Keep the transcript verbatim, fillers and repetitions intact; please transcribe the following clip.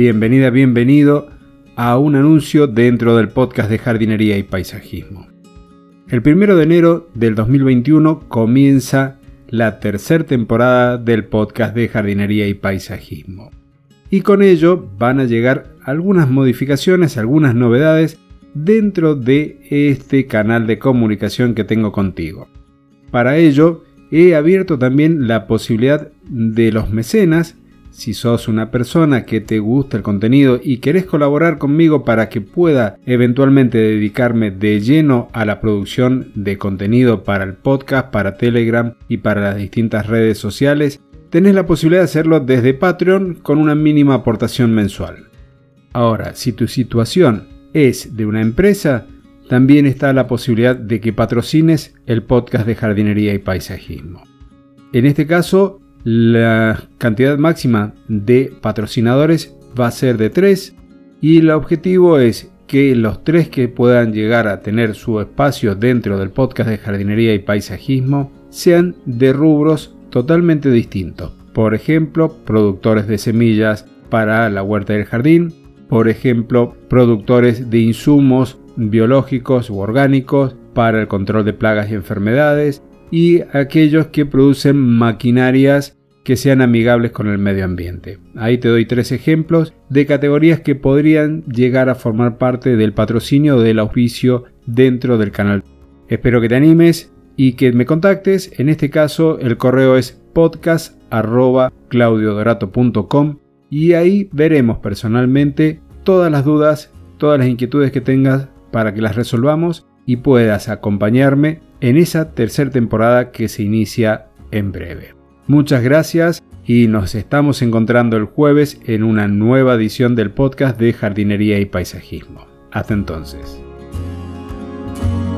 Bienvenida, bienvenido a un anuncio dentro del podcast de jardinería y paisajismo. El primero de enero del dos mil veintiuno comienza la tercera temporada del podcast de jardinería y paisajismo. Y con ello van a llegar algunas modificaciones, algunas novedades dentro de este canal de comunicación que tengo contigo. Para ello, he abierto también la posibilidad de los mecenas. Si sos una persona que te gusta el contenido y querés colaborar conmigo para que pueda eventualmente dedicarme de lleno a la producción de contenido para el podcast, para Telegram y para las distintas redes sociales, tenés la posibilidad de hacerlo desde Patreon con una mínima aportación mensual. Ahora, si tu situación es de una empresa, también está la posibilidad de que patrocines el podcast de jardinería y paisajismo. En este caso, la cantidad máxima de patrocinadores va a ser de tres y el objetivo es que los tres que puedan llegar a tener su espacio dentro del podcast de jardinería y paisajismo sean de rubros totalmente distintos. Por ejemplo, productores de semillas para la huerta del jardín, por ejemplo, productores de insumos biológicos u orgánicos para el control de plagas y enfermedades, y aquellos que producen maquinarias que sean amigables con el medio ambiente. Ahí te doy tres ejemplos de categorías que podrían llegar a formar parte del patrocinio o del auspicio dentro del canal. Espero que te animes y que me contactes. En este caso el correo es podcast arroba claudio dorato punto com y ahí veremos personalmente todas las dudas, todas las inquietudes que tengas para que las resolvamos y puedas acompañarme en esa tercera temporada que se inicia en breve. Muchas gracias y nos estamos encontrando el jueves en una nueva edición del podcast de jardinería y paisajismo. Hasta entonces.